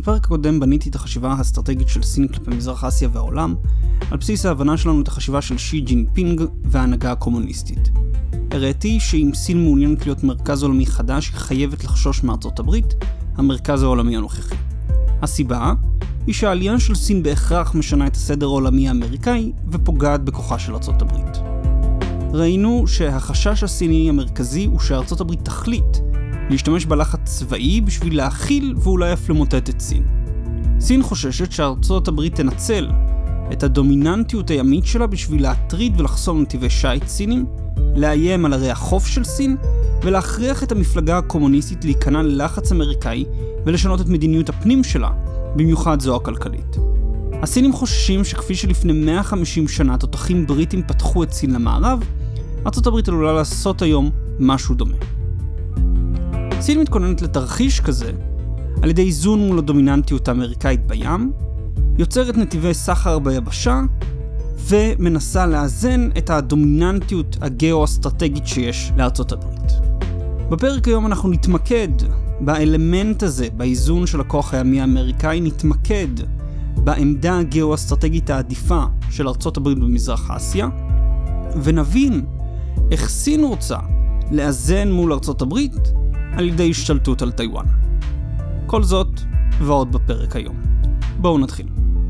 בפרק הקודם בניתי את החשיבה האסטרטגית של סין כלפי מזרח אסיה והעולם, על בסיס ההבנה שלנו את החשיבה של שי ג'ינפינג וההנהגה הקומוניסטית. הראיתי שאם סין מעוניינת להיות מרכז עולמי חדש, היא חייבת לחשוש מארצות הברית, המרכז העולמי הנוכחי. הסיבה היא שהעלייה של סין בהכרח משנה את הסדר העולמי האמריקאי ופוגעת בכוחה של ארצות הברית. ראינו שהחשש הסיני המרכזי הוא שארצות הברית תחליט להשתמש בלחץ צבאי בשביל להכיל ואולי אף למוטט את סין. סין חוששת שארצות הברית תנצל את הדומיננטיות הימית שלה בשביל להטריד ולחסום נתיבי שייט סינים, לאיים על ערי החוף של סין ולהכריח את המפלגה הקומוניסטית להיכנע ללחץ אמריקאי ולשנות את מדיניות הפנים שלה, במיוחד זו הכלכלית. הסינים חוששים שכפי שלפני 150 שנה תותחים בריטים פתחו את סין למערב, ארצות הברית עלולה לעשות היום משהו דומה. סין מתכוננת לתרחיש כזה על ידי איזון מול הדומיננטיות האמריקאית בים, יוצרת נתיבי סחר ביבשה ומנסה לאזן את הדומיננטיות הגאו-אסטרטגית שיש לארצות הברית. בפרק היום אנחנו נתמקד באלמנט הזה, באיזון של הכוח הימי האמריקאי, נתמקד בעמדה הגאו-אסטרטגית העדיפה של ארצות הברית במזרח אסיה, ונבין איך סין רוצה לאזן מול ארצות הברית על ידי השתלטות על טיואן. כל זאת ועוד בפרק היום. בואו נתחיל.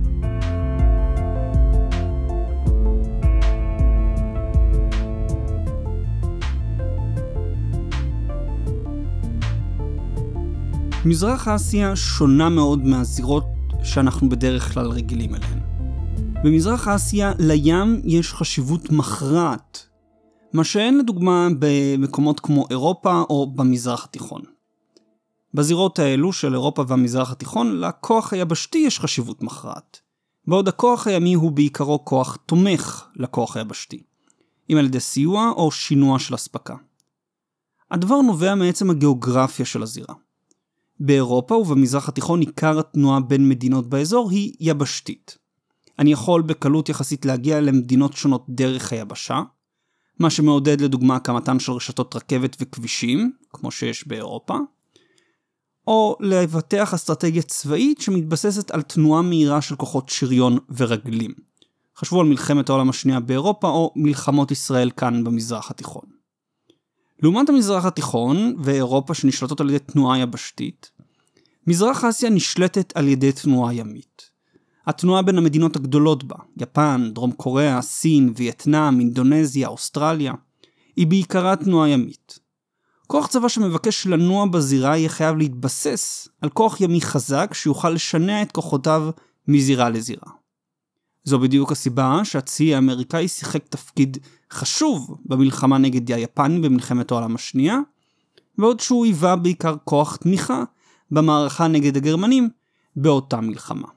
מזרח אסיה שונה מאוד מהזירות שאנחנו בדרך כלל רגילים אליהן. במזרח אסיה לים יש חשיבות מכרעת, מה שאין לדוגמה במקומות כמו אירופה או במזרח התיכון. בזירות האלו של אירופה והמזרח התיכון, לכוח היבשתי יש חשיבות מכרעת, בעוד הכוח הימי הוא בעיקרו כוח תומך לכוח היבשתי, אם על ידי סיוע או שינוע של הספקה. הדבר נובע מעצם הגיאוגרפיה של הזירה. באירופה ובמזרח התיכון עיקר התנועה בין מדינות באזור היא יבשתית. אני יכול בקלות יחסית להגיע למדינות שונות דרך היבשה, מה שמעודד לדוגמה הקמתן של רשתות רכבת וכבישים, כמו שיש באירופה, או לבטח אסטרטגיה צבאית שמתבססת על תנועה מהירה של כוחות שריון ורגלים. חשבו על מלחמת העולם השנייה באירופה או מלחמות ישראל כאן במזרח התיכון. לעומת המזרח התיכון ואירופה שנשלטות על ידי תנועה יבשתית, מזרח אסיה נשלטת על ידי תנועה ימית. התנועה בין המדינות הגדולות בה, יפן, דרום קוריאה, סין, וייטנאם, אינדונזיה, אוסטרליה, היא בעיקרה תנועה ימית. כוח צבא שמבקש לנוע בזירה יהיה חייב להתבסס על כוח ימי חזק שיוכל לשנע את כוחותיו מזירה לזירה. זו בדיוק הסיבה שהצי האמריקאי שיחק תפקיד חשוב במלחמה נגד היפן במלחמת העולם השנייה, בעוד שהוא היווה בעיקר כוח תמיכה במערכה נגד הגרמנים באותה מלחמה.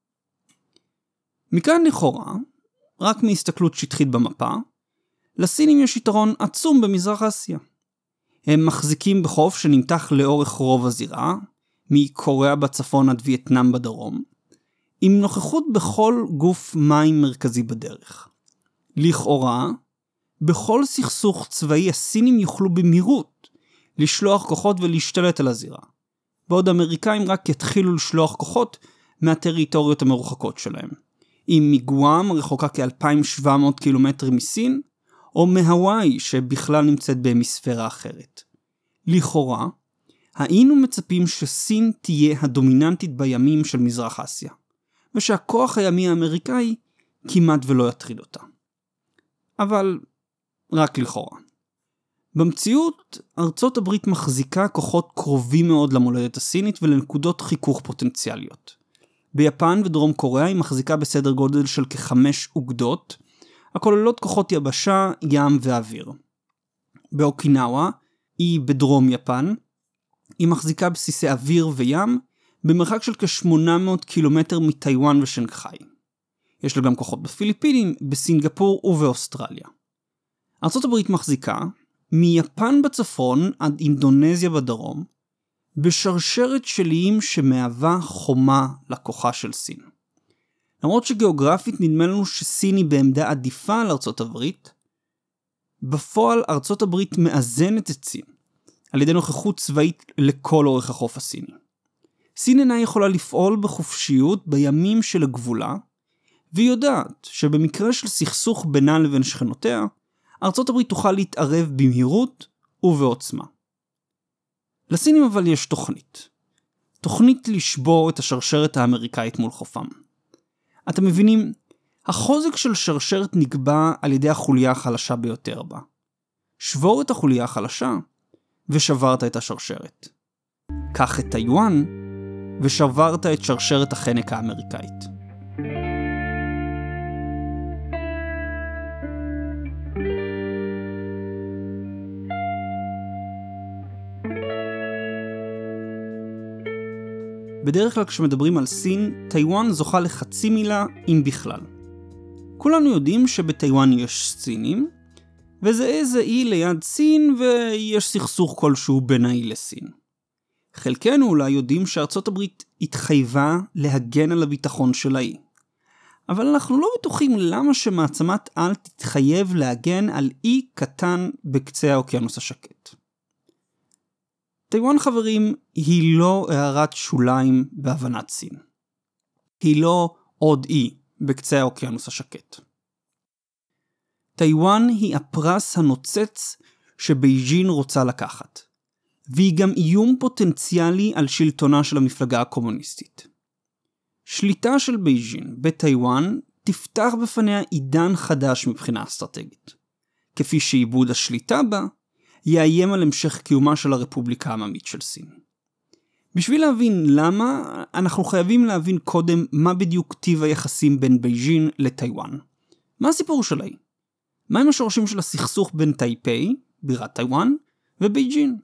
מכאן לכאורה, רק מהסתכלות שטחית במפה, לסינים יש יתרון עצום במזרח אסיה. הם מחזיקים בחוף שנמתח לאורך רוב הזירה, מקוריאה בצפון עד וייטנאם בדרום, עם נוכחות בכל גוף מים מרכזי בדרך. לכאורה, בכל סכסוך צבאי הסינים יוכלו במהירות לשלוח כוחות ולהשתלט על הזירה, בעוד האמריקאים רק יתחילו לשלוח כוחות מהטריטוריות המרוחקות שלהם. אם מגואם רחוקה כ-2,700 קילומטרים מסין, או מהוואי שבכלל נמצאת בהמיספירה אחרת. לכאורה, היינו מצפים שסין תהיה הדומיננטית בימים של מזרח אסיה, ושהכוח הימי האמריקאי כמעט ולא יטריד אותה. אבל רק לכאורה. במציאות, ארצות הברית מחזיקה כוחות קרובים מאוד למולדת הסינית ולנקודות חיכוך פוטנציאליות. ביפן ודרום קוריאה היא מחזיקה בסדר גודל של כ5 אוגדות, הכוללות כוחות יבשה, ים ואוויר. באוקינאווה, היא בדרום יפן, היא מחזיקה בסיסי אוויר וים, במרחק של כ800 קילומטר מטיואן ושנגחאי. יש לה גם כוחות בפיליפינים, בסינגפור ובאוסטרליה. ארצות הברית מחזיקה, מיפן בצפון עד אינדונזיה בדרום, בשרשרת של איים שמהווה חומה לכוחה של סין. למרות שגיאוגרפית נדמה לנו שסין היא בעמדה עדיפה על ארצות הברית, בפועל ארצות הברית מאזנת את סין, על ידי נוכחות צבאית לכל אורך החוף הסיני. סין אינה יכולה לפעול בחופשיות בימים של הגבולה, והיא יודעת שבמקרה של סכסוך בינה לבין שכנותיה, ארצות הברית תוכל להתערב במהירות ובעוצמה. לסינים אבל יש תוכנית. תוכנית לשבור את השרשרת האמריקאית מול חופם. אתם מבינים, החוזק של שרשרת נקבע על ידי החוליה החלשה ביותר בה. שבור את החוליה החלשה, ושברת את השרשרת. קח את טיואן, ושברת את שרשרת החנק האמריקאית. בדרך כלל כשמדברים על סין, טיואן זוכה לחצי מילה אם בכלל. כולנו יודעים שבטיואן יש סינים, וזה איזה אי ליד סין ויש סכסוך כלשהו בין האי לסין. חלקנו אולי יודעים שארצות הברית התחייבה להגן על הביטחון של האי. אבל אנחנו לא בטוחים למה שמעצמת על תתחייב להגן על אי קטן בקצה האוקיינוס השקט. טיואן, חברים, היא לא הערת שוליים בהבנת סין. היא לא עוד אי בקצה האוקיינוס השקט. טיואן היא הפרס הנוצץ שבייג'ין רוצה לקחת, והיא גם איום פוטנציאלי על שלטונה של המפלגה הקומוניסטית. שליטה של בייג'ין בטיואן תפתח בפניה עידן חדש מבחינה אסטרטגית, כפי שאיבוד השליטה בה יאיים על המשך קיומה של הרפובליקה העממית של סין. בשביל להבין למה, אנחנו חייבים להבין קודם מה בדיוק טיב היחסים בין בייג'ין לטיואן. מה הסיפור של האי? מהם השורשים של הסכסוך בין טייפיי, בירת טיואן, ובייג'ין?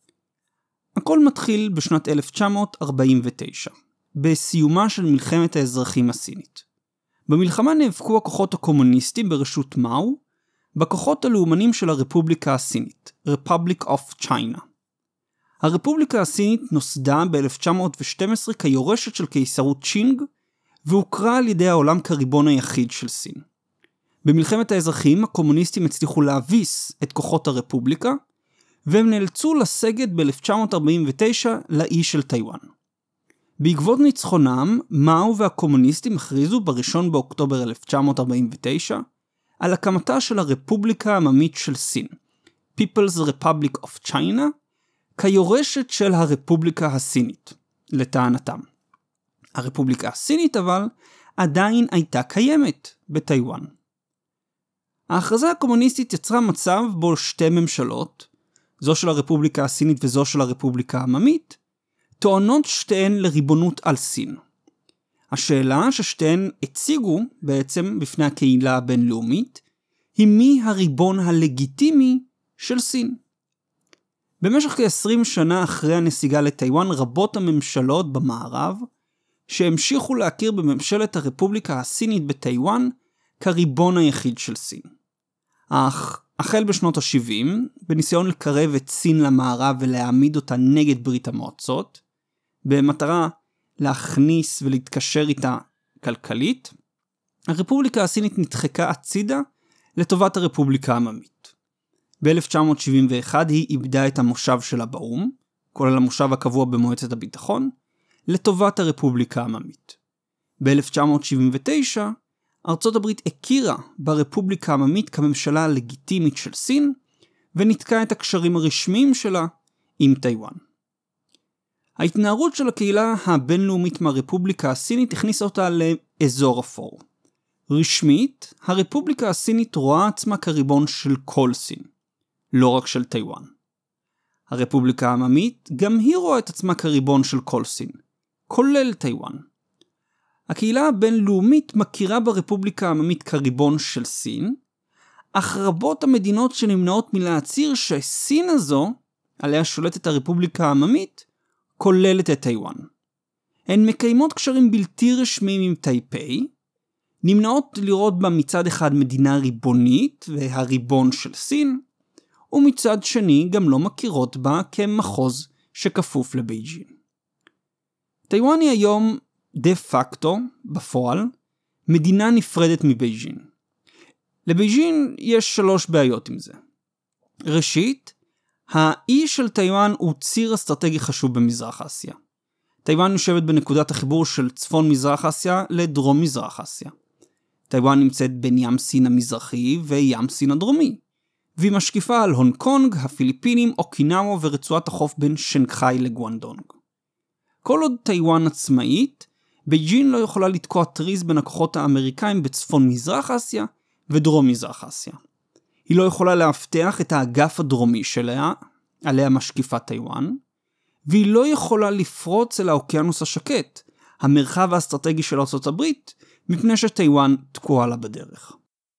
הכל מתחיל בשנת 1949, בסיומה של מלחמת האזרחים הסינית. במלחמה נאבקו הכוחות הקומוניסטים בראשות מאו, בכוחות הלאומנים של הרפובליקה הסינית, Republic of China. הרפובליקה הסינית נוסדה ב-1912 כיורשת של קיסרות צ'ינג, והוכרה על ידי העולם כריבון היחיד של סין. במלחמת האזרחים הקומוניסטים הצליחו להביס את כוחות הרפובליקה, והם נאלצו לסגת ב-1949 לאי של טיואן. בעקבות ניצחונם, מאו והקומוניסטים הכריזו ב-1 באוקטובר 1949 על הקמתה של הרפובליקה העממית של סין, People's Republic of China, כיורשת של הרפובליקה הסינית, לטענתם. הרפובליקה הסינית אבל עדיין הייתה קיימת בטיואן. ההכרזה הקומוניסטית יצרה מצב בו שתי ממשלות, זו של הרפובליקה הסינית וזו של הרפובליקה העממית, טוענות שתיהן לריבונות על סין. השאלה ששתיהן הציגו בעצם בפני הקהילה הבינלאומית, היא מי הריבון הלגיטימי של סין. במשך כ-20 שנה אחרי הנסיגה לטיואן, רבות הממשלות במערב, שהמשיכו להכיר בממשלת הרפובליקה הסינית בטיואן, כריבון היחיד של סין. אך החל בשנות ה-70, בניסיון לקרב את סין למערב ולהעמיד אותה נגד ברית המועצות, במטרה להכניס ולהתקשר איתה כלכלית, הרפובליקה הסינית נדחקה הצידה לטובת הרפובליקה העממית. ב-1971 היא איבדה את המושב שלה באו"ם, כולל המושב הקבוע במועצת הביטחון, לטובת הרפובליקה העממית. ב-1979 ארצות הברית הכירה ברפובליקה העממית כממשלה הלגיטימית של סין, ונתקעה את הקשרים הרשמיים שלה עם טיואן. ההתנערות של הקהילה הבינלאומית מהרפובליקה הסינית הכניסה אותה לאזור אפור. רשמית, הרפובליקה הסינית רואה עצמה כריבון של כל סין, לא רק של טיואן. הרפובליקה העממית גם היא רואה את עצמה כריבון של כל סין, כולל טיואן. הקהילה הבינלאומית מכירה ברפובליקה העממית כריבון של סין, אך רבות המדינות שנמנעות מלהצהיר שסין הזו, עליה שולטת הרפובליקה העממית, כוללת את טיואן. הן מקיימות קשרים בלתי רשמיים עם טייפיי, נמנעות לראות בה מצד אחד מדינה ריבונית והריבון של סין, ומצד שני גם לא מכירות בה כמחוז שכפוף לבייג'ין. טיואן היא היום דה פקטו, בפועל, מדינה נפרדת מבייג'ין. לבייג'ין יש 3 בעיות עם זה. ראשית, האי של טיואן הוא ציר אסטרטגי חשוב במזרח אסיה. טיואן יושבת בנקודת החיבור של צפון מזרח אסיה לדרום מזרח אסיה. טיואן נמצאת בין ים סין המזרחי וים סין הדרומי, והיא משקיפה על הונג קונג, הפיליפינים, אוקינאווה ורצועת החוף בין שנגחאי לגואנדונג. כל עוד טיואן עצמאית, בייג'ין לא יכולה לתקוע טריז בין הכוחות האמריקאים בצפון מזרח אסיה ודרום מזרח אסיה. היא לא יכולה להבטח את האגף הדרומי שלה, עליה משקיפה טיואן, והיא לא יכולה לפרוץ אל האוקיינוס השקט, המרחב האסטרטגי של ארצות הברית, מפני שטיואן תקועה לה בדרך.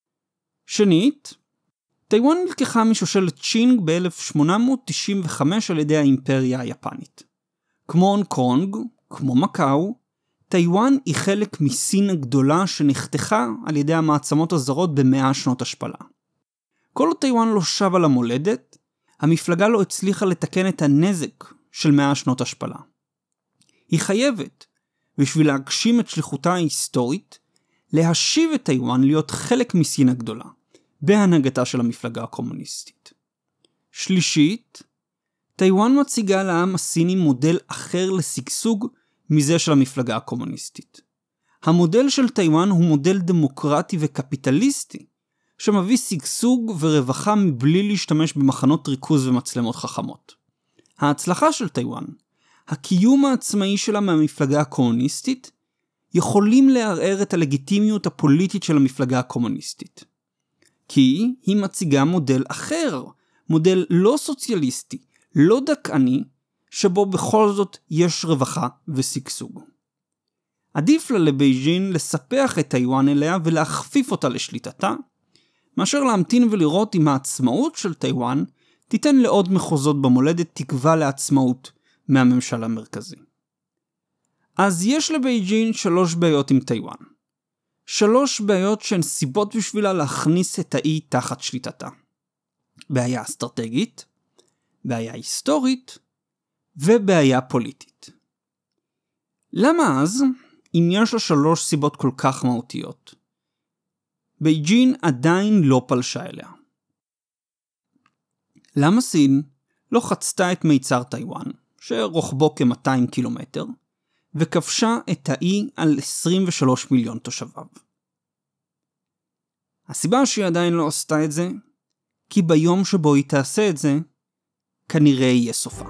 שנית, טיואן נלקחה משושלת צ'ינג ב-1895 על ידי האימפריה היפנית. כמו הונג קונג, כמו מקאו, טיואן היא חלק מסין הגדולה שנחתכה על ידי המעצמות הזרות ב100 שנות השפלה. כל עוד טיואן לא שבה למולדת, המפלגה לא הצליחה לתקן את הנזק של 100 שנות השפלה. היא חייבת, בשביל להגשים את שליחותה ההיסטורית, להשיב את טיואן להיות חלק מסין הגדולה, בהנהגתה של המפלגה הקומוניסטית. שלישית, טיואן מציגה לעם הסיני מודל אחר לשגשוג מזה של המפלגה הקומוניסטית. המודל של טיואן הוא מודל דמוקרטי וקפיטליסטי, שמביא שגשוג ורווחה מבלי להשתמש במחנות ריכוז ומצלמות חכמות. ההצלחה של טיואן, הקיום העצמאי שלה מהמפלגה הקומוניסטית, יכולים לערער את הלגיטימיות הפוליטית של המפלגה הקומוניסטית. כי היא מציגה מודל אחר, מודל לא סוציאליסטי, לא דכאני, שבו בכל זאת יש רווחה ושגשוג. עדיף לה לבייג'ין לספח את טיואן אליה ולהכפיף אותה לשליטתה, מאשר להמתין ולראות אם העצמאות של טיואן תיתן לעוד מחוזות במולדת תקווה לעצמאות מהממשל המרכזי. אז יש לבייג'ין 3 בעיות עם טיואן. 3 בעיות שהן סיבות בשבילה להכניס את האי תחת שליטתה. בעיה אסטרטגית, בעיה היסטורית ובעיה פוליטית. למה אז, אם יש לה 3 סיבות כל כך מהותיות, בייג'ין עדיין לא פלשה אליה? למה סין לא חצתה את מיצר טיואן, שרוחבו כ-200 קילומטר, וכבשה את האי על 23 מיליון תושביו? הסיבה שהיא עדיין לא עשתה את זה, כי ביום שבו היא תעשה את זה, כנראה יהיה סופה.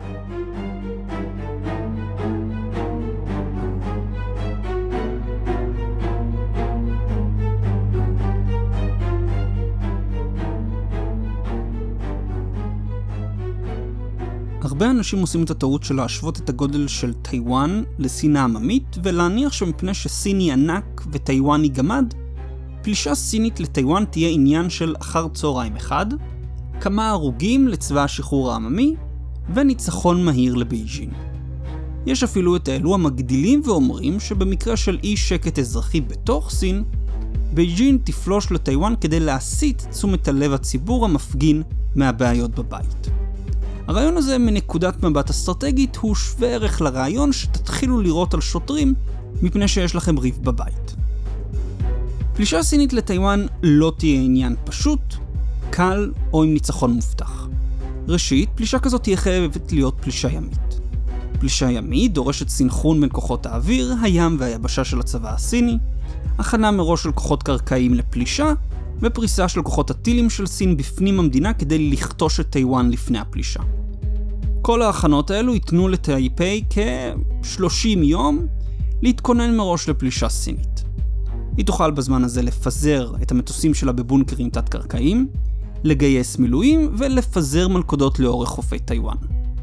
הרבה אנשים עושים את הטעות של להשוות את הגודל של טיואן לסין העממית, ולהניח שמפני שסין היא ענק וטיואן היא גמד, פלישה סינית לטיואן תהיה עניין של אחר צהריים אחד, כמה הרוגים לצבא השחרור העממי, וניצחון מהיר לבייג'ין. יש אפילו את האלו המגדילים ואומרים שבמקרה של אי שקט אזרחי בתוך סין, בייג'ין תפלוש לטיואן כדי להסיט תשומת הלב הציבור המפגין מהבעיות בבית. הרעיון הזה מנקודת מבט אסטרטגית הוא שווה ערך לרעיון שתתחילו לראות על שוטרים מפני שיש לכם ריב בבית. פלישה סינית לטיואן לא תהיה עניין פשוט, קל או עם ניצחון מובטח. ראשית, פלישה כזאת תהיה חייבת להיות פלישה ימית. פלישה ימית דורשת סינכרון בין כוחות האוויר, הים והיבשה של הצבא הסיני, הכנה מראש של כוחות קרקעיים לפלישה, ופריסה של כוחות הטילים של סין בפנים המדינה כדי לכתוש את טיואן לפני הפלישה. כל ההכנות האלו ייתנו לטייפי כ-30 יום להתכונן מראש לפלישה סינית. היא תוכל בזמן הזה לפזר את המטוסים שלה בבונקרים תת-קרקעיים, לגייס מילואים ולפזר מלכודות לאורך חופי טיואן.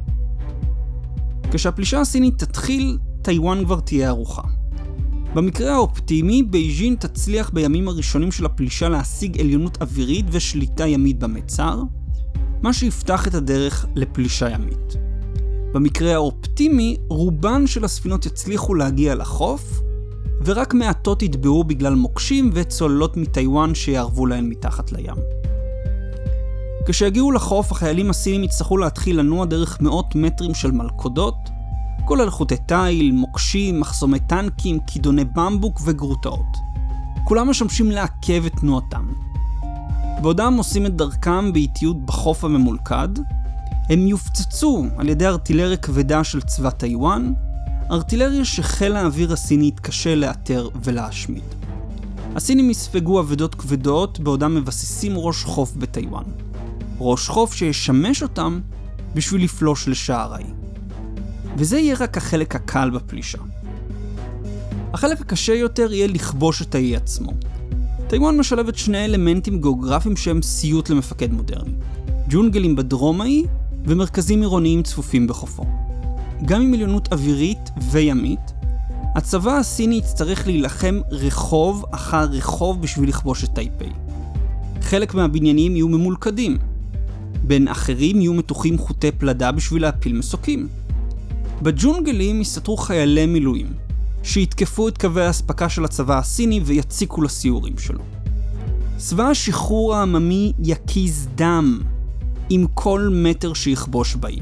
כשהפלישה הסינית תתחיל, טיואן כבר תהיה ערוכה. במקרה האופטימי, בייג'ין תצליח בימים הראשונים של הפלישה להשיג עליונות אווירית ושליטה ימית במצר, מה שיפתח את הדרך לפלישה ימית. במקרה האופטימי, רובן של הספינות יצליחו להגיע לחוף, ורק מעטות יטבעו בגלל מוקשים וצוללות מטיואן שיערבו להן מתחת לים. כשיגיעו לחוף, החיילים הסינים יצטרכו להתחיל לנוע דרך מאות מטרים של מלכודות, כולל חוטי תיל, מוקשים, מחסומי טנקים, כידוני במבוק וגרוטאות. כולם משמשים לעכב את תנועתם. בעודם עושים את דרכם באיטיות בחוף הממולכד, הם יופצצו על ידי ארטילריה כבדה של צבא טיואן, ארטילריה שחיל האוויר הסיני התקשה לאתר ולהשמיד. הסינים יספגו אבדות כבדות בעודם מבססים ראש חוף בטיואן. ראש חוף שישמש אותם בשביל לפלוש לשער האי. וזה יהיה רק החלק הקל בפלישה. החלק הקשה יותר יהיה לכבוש את האי עצמו. טיואן משלבת שני אלמנטים גיאוגרפיים שהם סיוט למפקד מודרני. ג'ונגלים בדרום האי ומרכזים עירוניים צפופים בחופו. גם עם עליונות אווירית וימית, הצבא הסיני יצטרך להילחם רחוב אחר רחוב בשביל לכבוש את טייפיי. חלק מהבניינים יהיו ממולכדים. בין אחרים יהיו מתוחים חוטי פלדה בשביל להפיל מסוקים. בג'ונגלים יסתתרו חיילי מילואים, שיתקפו את קווי ההספקה של הצבא הסיני ויציקו לסיורים שלו. צבא השחרור העממי יקיז דם עם כל מטר שיכבוש באי.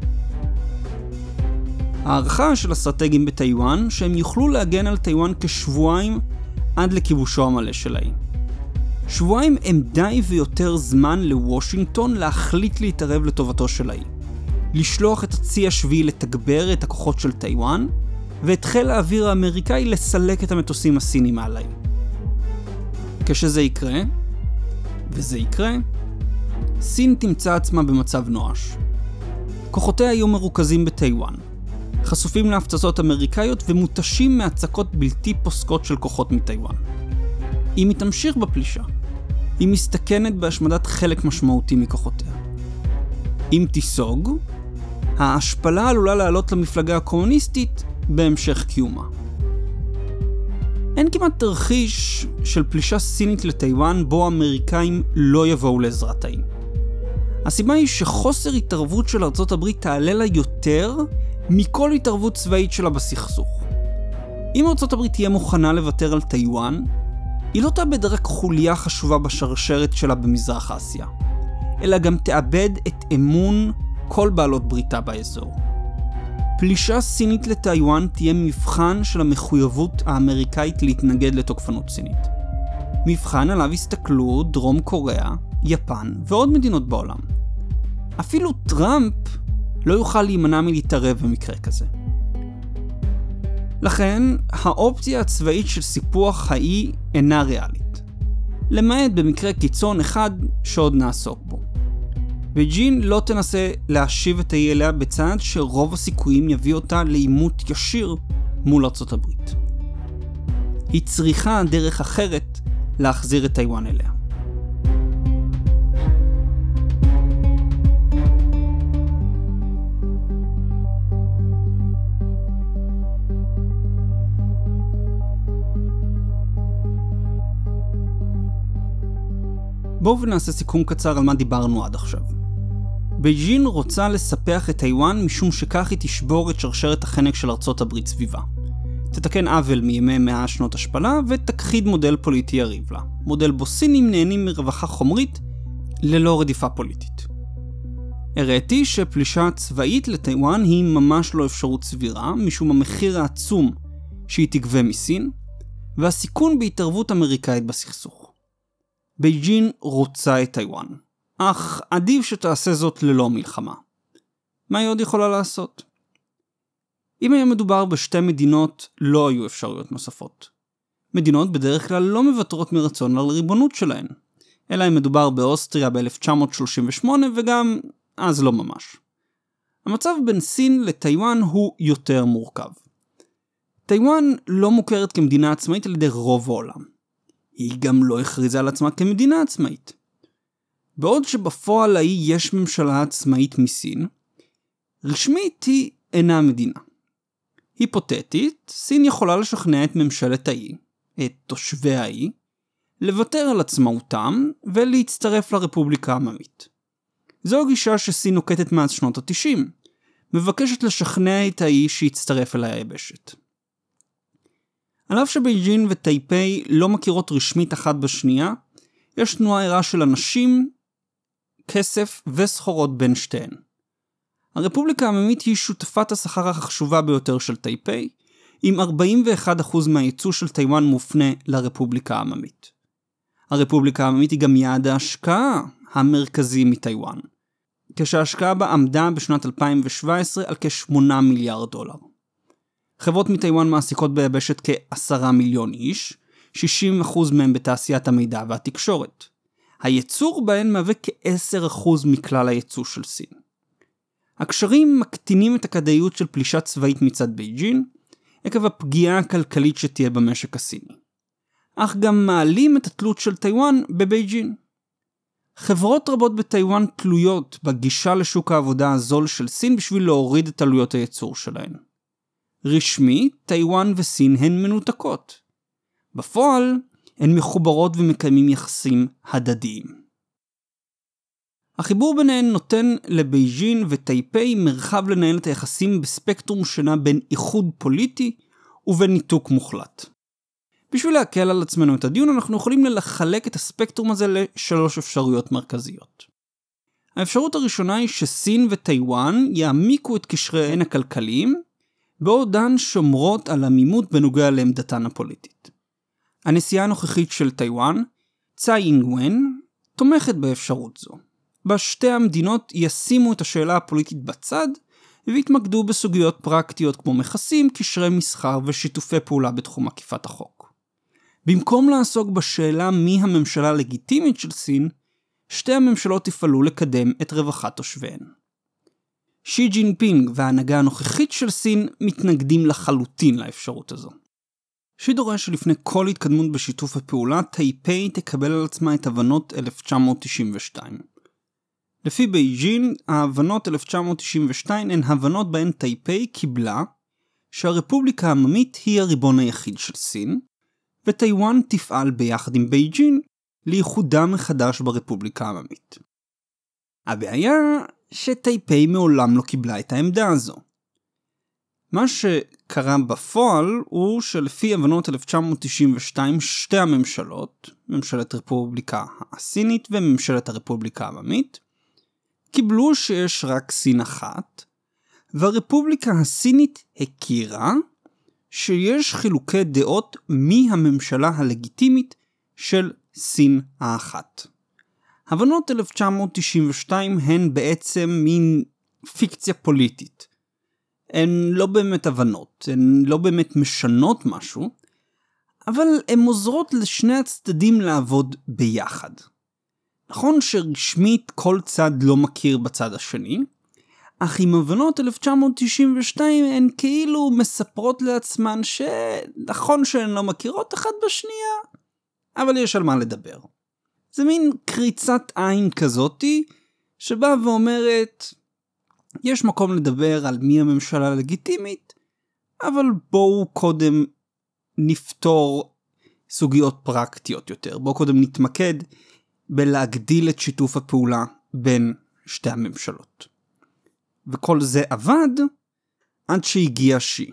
הערכה של אסטרטגים בטיואן שהם יוכלו להגן על טיואן כשבועיים עד לכיבושו המלא של האי. שבועיים הם די ויותר זמן לוושינגטון להחליט להתערב לטובתו של האי. לשלוח את הצי השביעי לתגבר את הכוחות של טיואן, ואת חיל האוויר האמריקאי לסלק את המטוסים הסינים מעל האי. כשזה יקרה, וזה יקרה, סין תמצא עצמה במצב נואש. כוחותיה יהיו מרוכזים בטיואן, חשופים להפצצות אמריקאיות ומותשים מהצקות בלתי פוסקות של כוחות מטיואן. אם היא תמשיך בפלישה, היא מסתכנת בהשמדת חלק משמעותי מכוחותיה. אם תיסוג, ההשפלה עלולה לעלות למפלגה הקומוניסטית בהמשך קיומה. אין כמעט תרחיש של פלישה סינית לטיואן בו האמריקאים לא יבואו לעזרת האי. הסיבה היא שחוסר התערבות של ארצות הברית תעלה לה יותר מכל התערבות צבאית שלה בסכסוך. אם ארצות הברית תהיה מוכנה לוותר על טיואן, היא לא תאבד רק חוליה חשובה בשרשרת שלה במזרח אסיה, אלא גם תאבד את אמון כל בעלות בריתה באזור. פלישה סינית לטיואן תהיה מבחן של המחויבות האמריקאית להתנגד לתוקפנות סינית. מבחן עליו הסתכלו דרום קוריאה, יפן ועוד מדינות בעולם. אפילו טראמפ לא יוכל להימנע מלהתערב במקרה כזה. לכן, האופציה הצבאית של סיפוח האי אינה ריאלית. למעט במקרה קיצון אחד שעוד נעסוק בו. בייג'ין לא תנסה להשיב את האי אליה בצעד שרוב הסיכויים יביא אותה לעימות ישיר מול ארצות הברית. היא צריכה דרך אחרת להחזיר את טיואן אליה. בואו ונעשה סיכום קצר על מה דיברנו עד עכשיו. בייג'ין רוצה לספח את טיואן משום שכך היא תשבור את שרשרת החנק של ארצות הברית סביבה. תתקן עוול מימי 100 שנות השפלה ותכחיד מודל פוליטי יריב לה. מודל בו סינים נהנים מרווחה חומרית ללא רדיפה פוליטית. הראיתי שפלישה צבאית לטיואן היא ממש לא אפשרות סבירה משום המחיר העצום שהיא תגבה מסין והסיכון בהתערבות אמריקאית בסכסוך. בייג'ין רוצה את טיואן, אך עדיף שתעשה זאת ללא מלחמה. מה היא עוד יכולה לעשות? אם היה מדובר בשתי מדינות, לא היו אפשרויות נוספות. מדינות בדרך כלל לא מוותרות מרצון על הריבונות שלהן, אלא אם מדובר באוסטריה ב-1938 וגם אז לא ממש. המצב בין סין לטיואן הוא יותר מורכב. טיואן לא מוכרת כמדינה עצמאית על ידי רוב העולם. היא גם לא הכריזה על עצמה כמדינה עצמאית. בעוד שבפועל יש ממשלה עצמאית מסין, רשמית היא אינה מדינה. היפותטית, סין יכולה לשכנע את ממשלת האי, את תושבי האי, לוותר על עצמאותם ולהצטרף לרפובליקה העממית. זו הגישה שסין נוקטת מאז שנות ה-90, מבקשת לשכנע את האי שיצטרף אל היבשת. על אף שבייג'ין וטייפיי לא מכירות רשמית אחת בשנייה, יש תנועה ערה של אנשים, כסף וסחורות בין שתיהן. הרפובליקה העממית היא שותפת השכר החשובה ביותר של טייפיי, עם 41% מהייצוא של טיואן מופנה לרפובליקה העממית. הרפובליקה העממית היא גם יעד ההשקעה המרכזי מטיואן, כשההשקעה בה עמדה בשנת 2017 על כ$8 מיליארד. חברות מטיואן מעסיקות ביבשת כ10 מיליון איש, 60% מהם בתעשיית המידע והתקשורת. הייצור בהן מהווה כ10% מכלל הייצוא של סין. הקשרים מקטינים את הכדאיות של פלישה צבאית מצד בייג'ין, עקב הפגיעה הכלכלית שתהיה במשק הסיני. אך גם מעלים את התלות של טיואן בבייג'ין. חברות רבות בטיואן תלויות בגישה לשוק העבודה הזול של סין בשביל להוריד את עלויות הייצור שלהן. רשמית, טיואן וסין הן מנותקות. בפועל, הן מחוברות ומקיימים יחסים הדדיים. החיבור ביניהן נותן לבייג'ין וטייפי מרחב לנהל את היחסים בספקטרום שנע בין איחוד פוליטי ובין ניתוק מוחלט. בשביל להקל על עצמנו את הדיון, אנחנו יכולים לחלק את הספקטרום הזה לשלוש אפשרויות מרכזיות. האפשרות הראשונה היא שסין וטיואן יעמיקו את קשריהן הכלכליים, בעודן שומרות על עמימות בנוגע לעמדתן הפוליטית. הנשיאה הנוכחית של טיואן, צאי אינג-ון, תומכת באפשרות זו. בשתי המדינות ישימו את השאלה הפוליטית בצד, והתמקדו בסוגיות פרקטיות כמו מכסים, קשרי מסחר ושיתופי פעולה בתחום עקיפת החוק. במקום לעסוק בשאלה מי הממשלה הלגיטימית של סין, שתי הממשלות יפעלו לקדם את רווחת תושביהן. שי ג'ינפינג וההנהגה הנוכחית של סין מתנגדים לחלוטין לאפשרות הזו. שי דורש שלפני כל התקדמות בשיתוף הפעולה, טייפי תקבל על עצמה את הבנות 1992. לפי בייג'ין, ההבנות 1992 הן הבנות בהן טייפי קיבלה שהרפובליקה העממית היא הריבון היחיד של סין, וטיואן תפעל ביחד עם בייג'ין לייחודה מחדש ברפובליקה העממית. הבעיה שטייפי מעולם לא קיבלה את העמדה הזו. מה שקרה בפועל הוא שלפי הבנות 1992 שתי הממשלות, ממשלת הרפובליקה הסינית וממשלת הרפובליקה העממית, קיבלו שיש רק סין אחת, והרפובליקה הסינית הכירה שיש חילוקי דעות מי הממשלה הלגיטימית של סין האחת. הבנות 1992 הן בעצם מין פיקציה פוליטית. הן לא באמת הבנות, הן לא באמת משנות משהו, אבל הן עוזרות לשני הצדדים לעבוד ביחד. נכון שרשמית כל צד לא מכיר בצד השני, אך עם הבנות 1992 הן כאילו מספרות לעצמן שנכון שהן לא מכירות אחת בשנייה, אבל יש על מה לדבר. זה מין קריצת עין כזאתי, שבאה ואומרת, יש מקום לדבר על מי הממשלה הלגיטימית, אבל בואו קודם נפתור סוגיות פרקטיות יותר. בואו קודם נתמקד בלהגדיל את שיתוף הפעולה בין שתי הממשלות. וכל זה עבד עד שהגיע שי.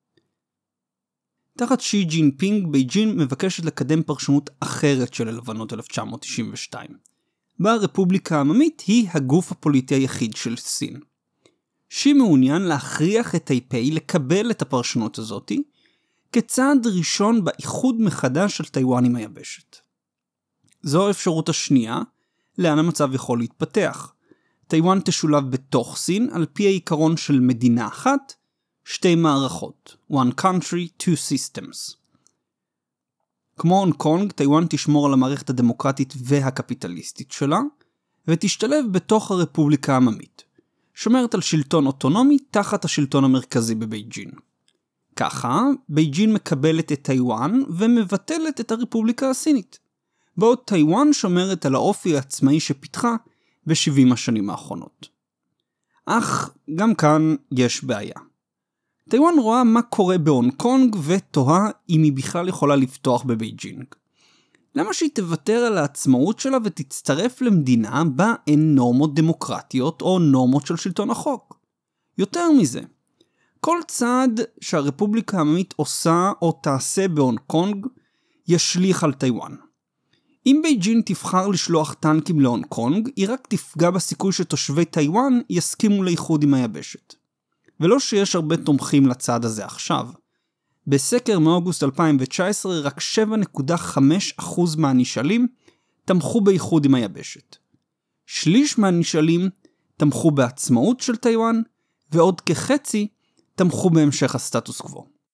תחת שי ג'ינפינג, בייג'ין מבקשת לקדם פרשנות אחרת של הלבנות 1992. בה הרפובליקה העממית היא הגוף הפוליטי היחיד של סין. שי מעוניין להכריח את טייפי לקבל את הפרשנות הזאת, כצעד ראשון באיחוד מחדש של טיואן עם היבשת. זו האפשרות השנייה, לאן המצב יכול להתפתח. טיואן תשולב בתוך סין על פי העיקרון של מדינה אחת, שתי מערכות, one country, two systems. כמו הונג קונג, טיואן תשמור על המערכת הדמוקרטית והקפיטליסטית שלה, ותשתלב בתוך הרפובליקה העממית, שומרת על שלטון אוטונומי תחת השלטון המרכזי בבייג'ין. ככה, בייג'ין מקבלת את טיואן ומבטלת את הרפובליקה הסינית, בעוד טיואן שומרת על האופי העצמאי שפיתחה ב-70 השנים האחרונות. אך גם כאן יש בעיה. טיואן רואה מה קורה בהונג קונג ותוהה אם היא בכלל יכולה לפתוח בבייג'ינג. למה שהיא תוותר על העצמאות שלה ותצטרף למדינה בה אין נורמות דמוקרטיות או נורמות של שלטון החוק? יותר מזה, כל צעד שהרפובליקה העממית עושה או תעשה בהונג קונג ישליך על טיואן. אם בייג'ין תבחר לשלוח טנקים להונג קונג, היא רק תפגע בסיכוי שתושבי טיואן יסכימו לאיחוד עם היבשת. ולא שיש הרבה תומכים לצעד הזה עכשיו. בסקר מאוגוסט 2019 רק 7.5% מהנשאלים תמכו באיחוד עם היבשת. שליש מהנשאלים תמכו בעצמאות של טיואן, ועוד כחצי תמכו בהמשך הסטטוס קוו.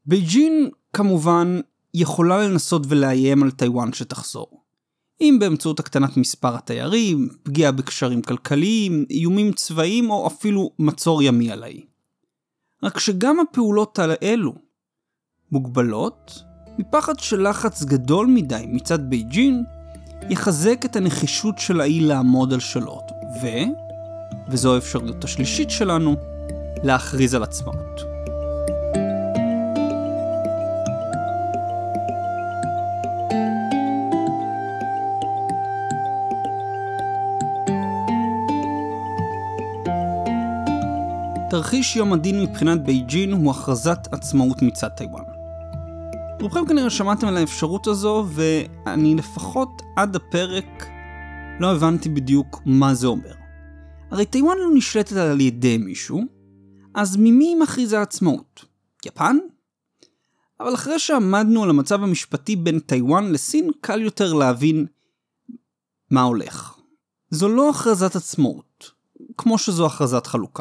בייג'ין כמובן יכולה לנסות ולאיים על טיואן שתחזור. אם באמצעות הקטנת מספר התיירים, פגיעה בקשרים כלכליים, איומים צבאיים או אפילו מצור ימי על האי. רק שגם הפעולות האלו מוגבלות מפחד של לחץ גדול מדי מצד בייג'ין יחזק את הנחישות של האי לעמוד על שלו, וזו האפשרות השלישית שלנו, להכריז על עצמאות. תרחיש יום הדין מבחינת בייג'ין הוא הכרזת עצמאות מצד טיואן. רובכם כנראה שמעתם על האפשרות הזו, ואני לפחות עד הפרק לא הבנתי בדיוק מה זה אומר. הרי טיואן לא נשלטת על ידי מישהו, אז ממי מכריזה עצמאות? יפן? אבל אחרי שעמדנו על המצב המשפטי בין טיואן לסין, קל יותר להבין מה הולך. זו לא הכרזת עצמאות, כמו שזו הכרזת חלוקה.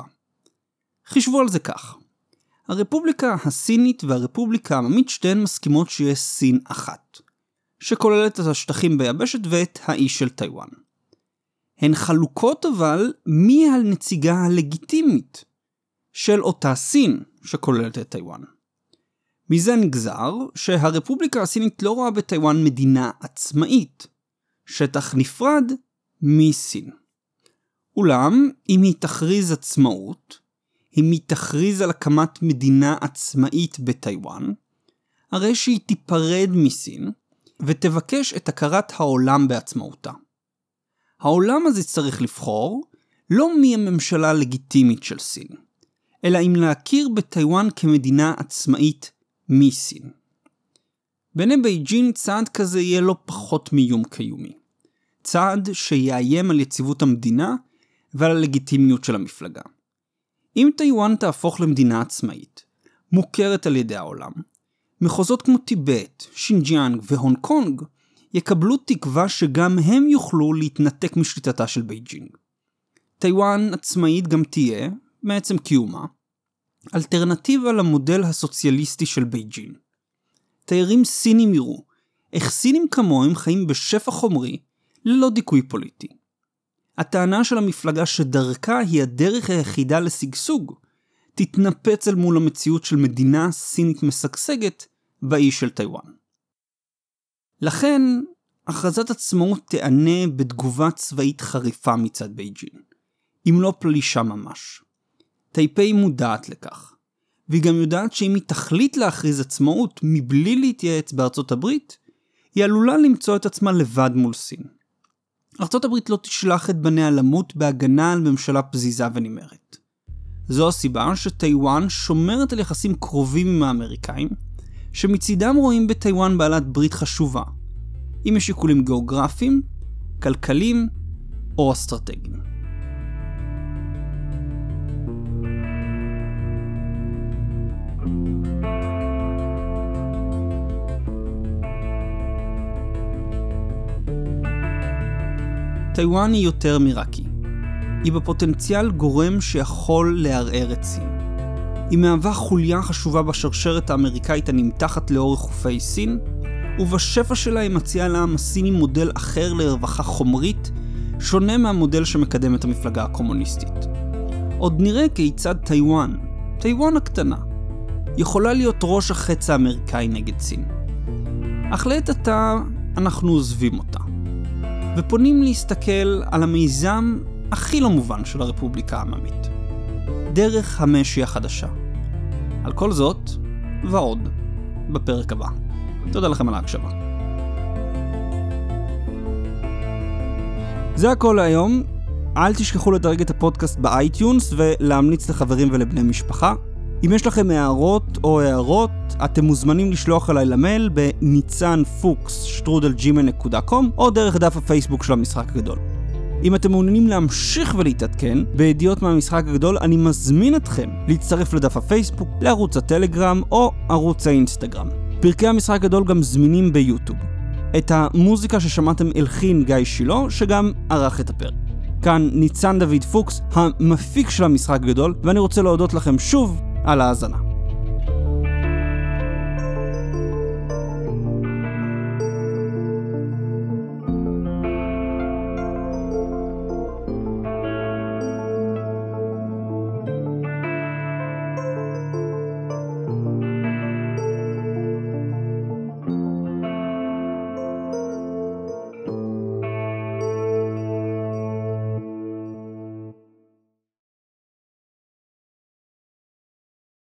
חישבו על זה כך. הרפובליקה הסינית והרפובליקה העממית שתיהן מסכימות שיש סין אחת, שכוללת את השטחים ביבשת ואת האי של טיואן. הן חלוקות אבל מי הנציגה הלגיטימית של אותה סין שכוללת את טיואן. מזה נגזר שהרפובליקה הסינית לא רואה בטיואן מדינה עצמאית, שטח נפרד מסין. אולם אם היא תכריז עצמאות, אם היא תכריז על הקמת מדינה עצמאית בטיואן, הרי שהיא תיפרד מסין ותבקש את הכרת העולם בעצמאותה. העולם הזה צריך לבחור לא מי הממשלה הלגיטימית של סין, אלא אם להכיר בטיואן כמדינה עצמאית מסין. בעיני בייג'ין צעד כזה יהיה לא פחות מאיום קיומי. צעד שיאיים על יציבות המדינה ועל הלגיטימיות של המפלגה. אם טיואן תהפוך למדינה עצמאית, מוכרת על ידי העולם, מחוזות כמו טיבט, שינג'יאנג והונג קונג יקבלו תקווה שגם הם יוכלו להתנתק משליטתה של בייג'ינג. טיואן עצמאית גם תהיה, מעצם קיומה, אלטרנטיבה למודל הסוציאליסטי של בייג'ינג. תיירים סינים יראו איך סינים כמוהם חיים בשפע חומרי ללא דיכוי פוליטי. הטענה של המפלגה שדרכה היא הדרך היחידה לשגשוג, תתנפץ אל מול המציאות של מדינה סינית משגשגת באי של טיואן. לכן, הכרזת עצמאות תענה בתגובה צבאית חריפה מצד בייג'ין, אם לא פלישה ממש. טייפי מודעת לכך, והיא גם יודעת שאם היא תחליט להכריז עצמאות מבלי להתייעץ בארצות הברית, היא עלולה למצוא את עצמה לבד מול סין. ארצות הברית לא תשלח את בניה למות בהגנה על ממשלה פזיזה ונמרת. זו הסיבה שטיואן שומרת על יחסים קרובים עם האמריקאים, שמצידם רואים בטיואן בעלת ברית חשובה, עם שיקולים גיאוגרפיים, כלכליים או אסטרטגיים. טיואן היא יותר מרקי. היא בפוטנציאל גורם שיכול לערער את סין. היא מהווה חוליה חשובה בשרשרת האמריקאית הנמתחת לאורך חופי סין, ובשפע שלה היא מציעה לעם הסיני מודל אחר לרווחה חומרית, שונה מהמודל שמקדם את המפלגה הקומוניסטית. עוד נראה כיצד טיואן הקטנה, יכולה להיות ראש החץ האמריקאי נגד סין. אך לעת עתה אנחנו עוזבים אותה. ופונים להסתכל על המיזם הכי לא מובן של הרפובליקה העממית. דרך המשי החדשה. על כל זאת, ועוד, בפרק הבא. תודה לכם על ההקשבה. זה הכל להיום. אל תשכחו לדרג את הפודקאסט באייטיונס ולהמליץ לחברים ולבני משפחה. אם יש לכם הערות, אתם מוזמנים לשלוח אליי למייל bnitzanfuchs@gmail.com או דרך דף הפייסבוק של המשחק הגדול. אם אתם מעוניינים להמשיך ולהתעדכן בידיעות מהמשחק הגדול, אני מזמין אתכם להצטרף לדף הפייסבוק, לערוץ הטלגרם או ערוץ האינסטגרם. פרקי המשחק הגדול גם זמינים ביוטיוב. את המוזיקה ששמעתם הלחין גיא שילה, שגם ערך את הפרק. כאן ניצן דוד פוקס, המפיק של המשחק הגדול, ואני רוצה להודות לכם שוב על ההאזנה.